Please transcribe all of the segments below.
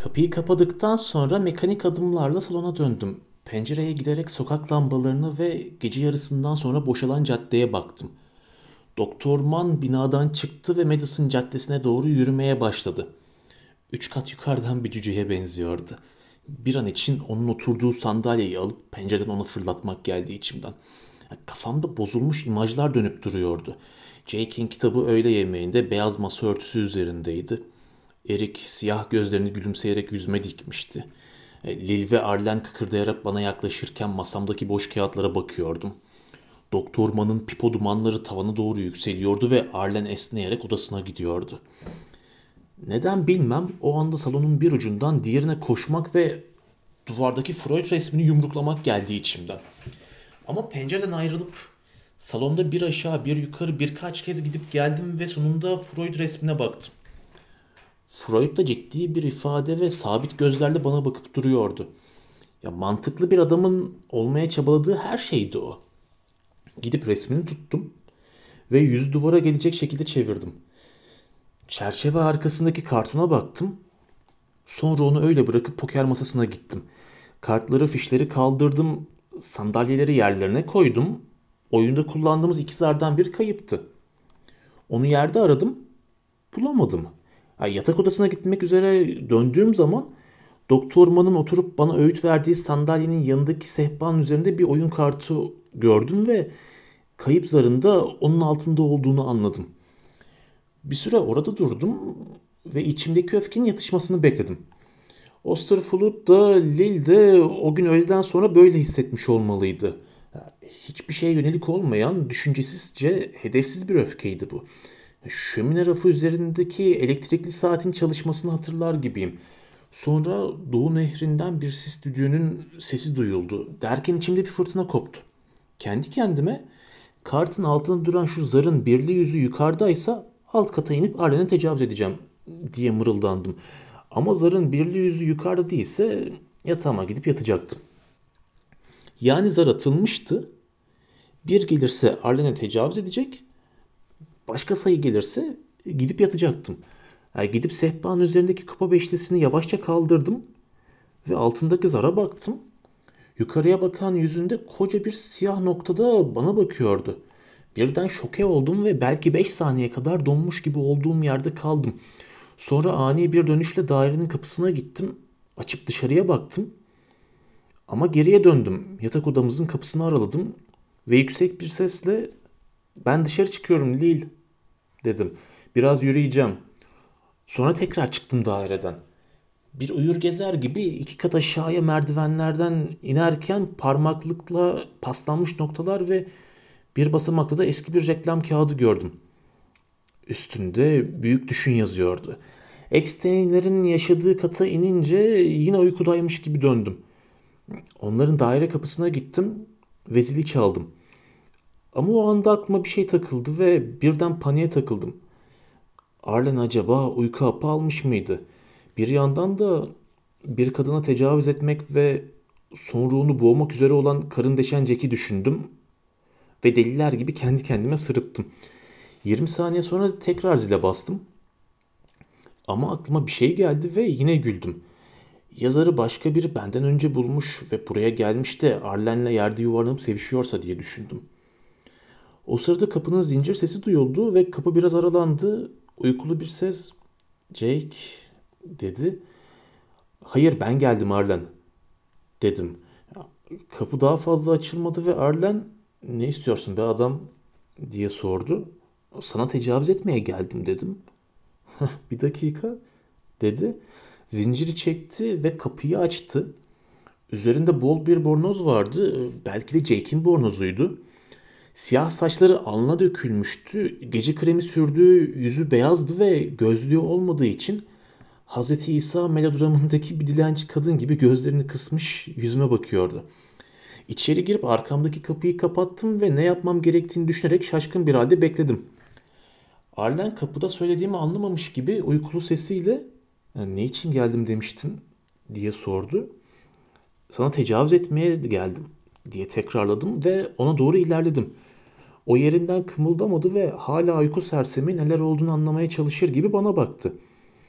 Kapıyı kapadıktan sonra mekanik adımlarla salona döndüm. Pencereye giderek sokak lambalarına ve gece yarısından sonra boşalan caddeye baktım. Doktor Mann binadan çıktı ve Madison Caddesi'ne doğru yürümeye başladı. 3 kat yukarıdan bir cüceye benziyordu. Bir an için onun oturduğu sandalyeyi alıp pencereden ona fırlatmak geldi içimden. Kafamda bozulmuş imajlar dönüp duruyordu. Jake'in kitabı öğle yemeğinde beyaz masa örtüsü üzerindeydi. Erik siyah gözlerini gülümseyerek yüzüme dikmişti. Lil ve Arlen kıkırdayarak bana yaklaşırken masamdaki boş kağıtlara bakıyordum. Doktor Mann'ın pipo dumanları tavana doğru yükseliyordu ve Arlen esneyerek odasına gidiyordu. Neden bilmem o anda salonun bir ucundan diğerine koşmak ve duvardaki Freud resmini yumruklamak geldi içimden. Ama pencereden ayrılıp salonda bir aşağı bir yukarı birkaç kez gidip geldim ve sonunda Freud resmine baktım. Freud da ciddi bir ifade ve sabit gözlerle bana bakıp duruyordu. Ya mantıklı bir adamın olmaya çabaladığı her şeydi o. Gidip resmini tuttum ve yüzü duvara gelecek şekilde çevirdim. Çerçeve arkasındaki kartona baktım. Sonra onu öyle bırakıp poker masasına gittim. Kartları, fişleri kaldırdım, sandalyeleri yerlerine koydum. Oyunda kullandığımız iki zardan biri kayıptı. Onu yerde aradım, bulamadım. Yatak odasına gitmek üzere döndüğüm zaman Doktor Mann'ın oturup bana öğüt verdiği sandalyenin yanındaki sehpanın üzerinde bir oyun kartı gördüm ve kayıp zarın da onun altında olduğunu anladım. Bir süre orada durdum ve içimdeki öfkenin yatışmasını bekledim. Osterfeld da Lil de o gün öğleden sonra böyle hissetmiş olmalıydı. Hiçbir şeye yönelik olmayan, düşüncesizce, hedefsiz bir öfkeydi bu. Şömine rafı üzerindeki elektrikli saatin çalışmasını hatırlar gibiyim. Sonra Doğu Nehri'nden bir sis düdüğünün sesi duyuldu. Derken içimde bir fırtına koptu. Kendi kendime kartın altında duran şu zarın birli yüzü yukarıdaysa alt kata inip Arlen'e tecavüz edeceğim diye mırıldandım. Ama zarın birli yüzü yukarıda değilse yatağıma gidip yatacaktım. Yani zar atılmıştı. Bir gelirse Arlen'e tecavüz edecek. Başka sayı gelirse gidip yatacaktım. Yani gidip sehpanın üzerindeki kupa beşlisini yavaşça kaldırdım ve altındaki zara baktım. Yukarıya bakan yüzünde koca bir siyah noktada bana bakıyordu. Birden şoke oldum ve belki 5 saniye kadar donmuş gibi olduğum yerde kaldım. Sonra ani bir dönüşle dairenin kapısına gittim. Açıp dışarıya baktım. Ama geriye döndüm. Yatak odamızın kapısını araladım ve yüksek bir sesle "Ben dışarı çıkıyorum Lil," dedim. "Biraz yürüyeceğim." Sonra tekrar çıktım daireden. Bir uyur gezer gibi 2 kat aşağıya merdivenlerden inerken parmaklıkla paslanmış noktalar ve bir basamakta da eski bir reklam kağıdı gördüm. Üstünde büyük düşün yazıyordu. Eksteinlerin yaşadığı kata inince yine uykudaymış gibi döndüm. Onların daire kapısına gittim ve zili çaldım. Ama o anda aklıma bir şey takıldı ve birden paniğe takıldım. Arlen acaba uyku hapı almış mıydı? Bir yandan da bir kadına tecavüz etmek ve sonra onu boğmak üzere olan karın deşen Jack'i düşündüm ve deliler gibi kendi kendime sırıttım. 20 saniye sonra tekrar zile bastım. Ama aklıma bir şey geldi ve yine güldüm. Yazarı başka biri benden önce bulmuş ve buraya gelmiş de Arlen'le yerde yuvarlanıp sevişiyorsa diye düşündüm. O sırada kapının zincir sesi duyuldu ve kapı biraz aralandı. Uykulu bir ses "Jake," dedi. "Hayır, ben geldim Arlen," dedim. Kapı daha fazla açılmadı ve Arlen "Ne istiyorsun be adam?" diye sordu. "Sana tecavüz etmeye geldim," dedim. "Bir dakika," dedi. Zinciri çekti ve kapıyı açtı. Üzerinde bol bir bornoz vardı. Belki de Jake'in bornozuydu. Siyah saçları alnına dökülmüştü. Gece kremi sürdüğü yüzü beyazdı ve gözlüğü olmadığı için Hz. İsa melodramındaki bir dilenci kadın gibi gözlerini kısmış yüzüme bakıyordu. İçeri girip arkamdaki kapıyı kapattım ve ne yapmam gerektiğini düşünerek şaşkın bir halde bekledim. Arlen kapıda söylediğimi anlamamış gibi uykulu sesiyle "Ne için geldim demiştin?" diye sordu. "Sana tecavüz etmeye geldim," diye tekrarladım ve ona doğru ilerledim. O yerinden kımıldamadı ve hala uyku sersemi neler olduğunu anlamaya çalışır gibi bana baktı.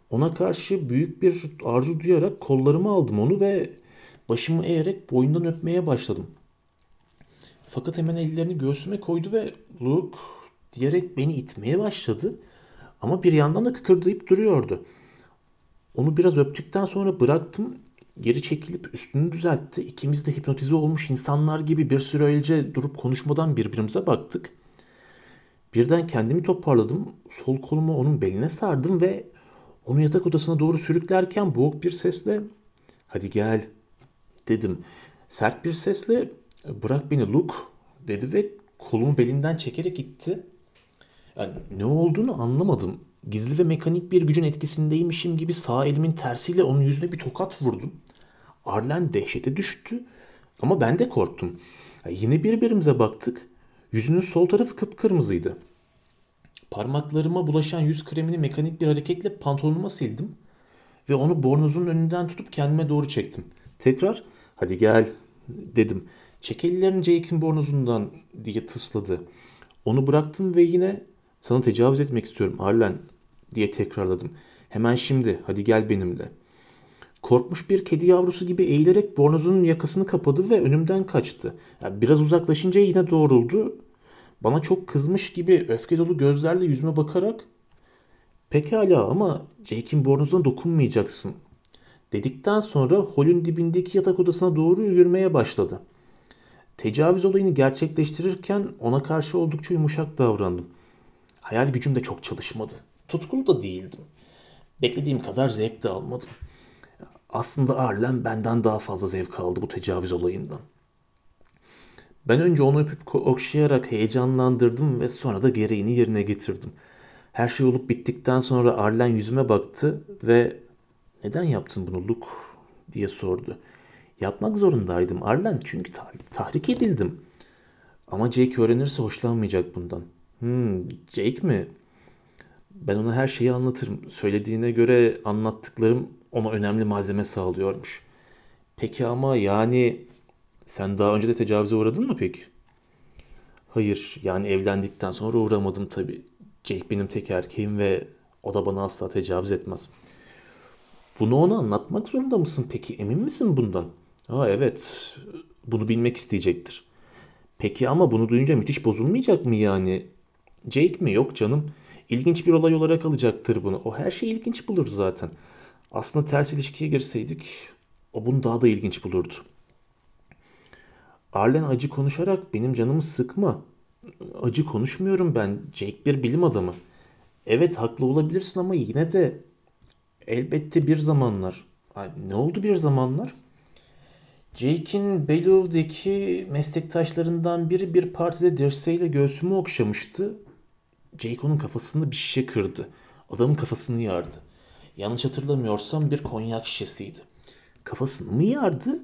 Ona karşı büyük bir arzu duyarak kollarıma aldım onu ve başımı eğerek boynundan öpmeye başladım. Fakat hemen ellerini göğsüme koydu ve Luke diyerek beni itmeye başladı. Ama bir yandan da kıkırdayıp duruyordu. Onu biraz öptükten sonra bıraktım. Geri çekilip üstünü düzeltti. İkimiz de hipnotize olmuş insanlar gibi bir süre önce durup konuşmadan birbirimize baktık. Birden kendimi toparladım. Sol kolumu onun beline sardım ve onu yatak odasına doğru sürüklerken boğuk bir sesle "Hadi gel," dedim. Sert bir sesle "Bırak beni Luke," dedi ve kolumu belinden çekerek itti. Yani ne olduğunu anlamadım. Gizli ve mekanik bir gücün etkisindeymişim gibi sağ elimin tersiyle onun yüzüne bir tokat vurdum. Arlen dehşete düştü ama ben de korktum. Yine birbirimize baktık. Yüzünün sol tarafı kıpkırmızıydı. Parmaklarıma bulaşan yüz kremini mekanik bir hareketle pantolonuma sildim ve onu bornozun önünden tutup kendime doğru çektim. Tekrar "Hadi gel," dedim. "Çek ellerini Jake'in bornozundan," diye tısladı. Onu bıraktım ve yine "Sana tecavüz etmek istiyorum Arlen," diye tekrarladım. "Hemen şimdi, hadi gel benimle." Korkmuş bir kedi yavrusu gibi eğilerek bornozunun yakasını kapadı ve önümden kaçtı. Yani biraz uzaklaşınca yine doğruldu. Bana çok kızmış gibi öfke dolu gözlerle yüzüme bakarak "Pekala ama Jake'in bornozuna dokunmayacaksın," dedikten sonra holün dibindeki yatak odasına doğru yürümeye başladı. Tecavüz olayını gerçekleştirirken ona karşı oldukça yumuşak davrandım. Hayal gücüm de çok çalışmadı. Tutkulu da değildim. Beklediğim kadar zevk de almadım. Aslında Arlen benden daha fazla zevk aldı bu tecavüz olayından. Ben önce onu öpüp okşayarak heyecanlandırdım ve sonra da gereğini yerine getirdim. Her şey olup bittikten sonra Arlen yüzüme baktı ve "Neden yaptın bunu Luke?" diye sordu. "Yapmak zorundaydım Arlen çünkü tahrik edildim. Ama Jake öğrenirse hoşlanmayacak bundan." Jake mi? Ben ona her şeyi anlatırım. Söylediğine göre anlattıklarım ona önemli malzeme sağlıyormuş. Peki ama yani sen daha önce de tecavüze uğradın mı peki? Hayır, yani evlendikten sonra uğramadım tabii. Jake benim tek erkeğim ve o da bana asla tecavüz etmez. Bunu ona anlatmak zorunda mısın peki? Emin misin bundan? Evet, bunu bilmek isteyecektir. Peki ama bunu duyunca müthiş bozulmayacak mı yani? Jake mi? Yok canım. İlginç bir olay olarak alacaktır bunu. O her şeyi ilginç bulur zaten. Aslında ters ilişkiye girseydik o bunu daha da ilginç bulurdu. Arlen acı konuşarak "Benim canımı sıkma." Acı konuşmuyorum ben. Jake bir bilim adamı. Evet haklı olabilirsin ama yine de elbette bir zamanlar. Ay, ne oldu bir zamanlar? Jake'in Belleville'deki meslektaşlarından biri bir partide dirseğiyle göğsümü okşamıştı. Jake onun kafasında bir şişe kırdı. Adamın kafasını yardı. Yanlış hatırlamıyorsam bir konyak şişesiydi. Kafasını mı yardı?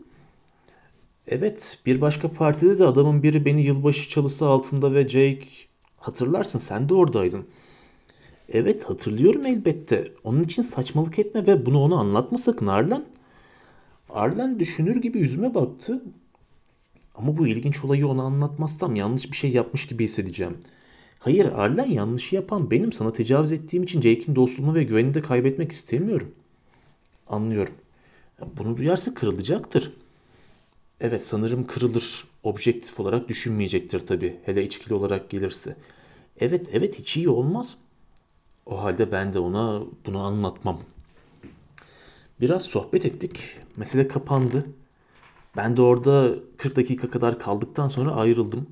Evet, bir başka partide de adamın biri beni yılbaşı çalısı altında ve Jake... Hatırlarsın sen de oradaydın. Evet hatırlıyorum elbette. Onun için saçmalık etme ve bunu ona anlatma sakın Arlen. Arlen düşünür gibi yüzüme baktı. Ama bu ilginç olayı ona anlatmazsam yanlış bir şey yapmış gibi hissedeceğim. Hayır Arlen, yanlışı yapan benim. Sana tecavüz ettiğim için Jake'in dostluğunu ve güvenini de kaybetmek istemiyorum. Anlıyorum. Bunu duyarsa kırılacaktır. Evet sanırım kırılır. Objektif olarak düşünmeyecektir tabii. Hele içkili olarak gelirse. Evet evet hiç iyi olmaz. O halde ben de ona bunu anlatmam. Biraz sohbet ettik. Mesele kapandı. Ben de orada 40 dakika kadar kaldıktan sonra ayrıldım.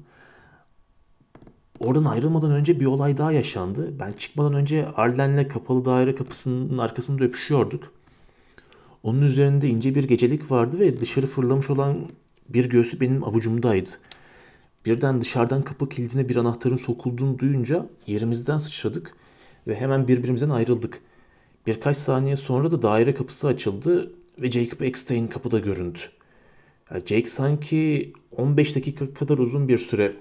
Oradan ayrılmadan önce bir olay daha yaşandı. Ben çıkmadan önce Arlen'le kapalı daire kapısının arkasında öpüşüyorduk. Onun üzerinde ince bir gecelik vardı ve dışarı fırlamış olan bir göğsü benim avucumdaydı. Birden dışarıdan kapı kilidine bir anahtarın sokulduğunu duyunca yerimizden sıçradık ve hemen birbirimizden ayrıldık. Birkaç saniye sonra da daire kapısı açıldı ve Jacob Eckstein kapıda göründü. Jake sanki 15 dakika kadar uzun bir süre,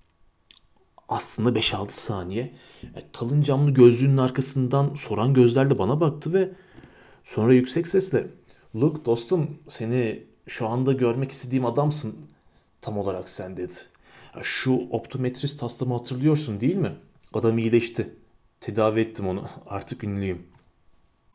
aslında 5-6 saniye, kalın camlı gözlüğünün arkasından soran gözlerle bana baktı ve sonra yüksek sesle "Luke dostum, seni şu anda görmek istediğim adamsın tam olarak sen," dedi. "Şu optometrist hastamı hatırlıyorsun değil mi? Adam iyileşti. Tedavi ettim onu. Artık ünlüyüm."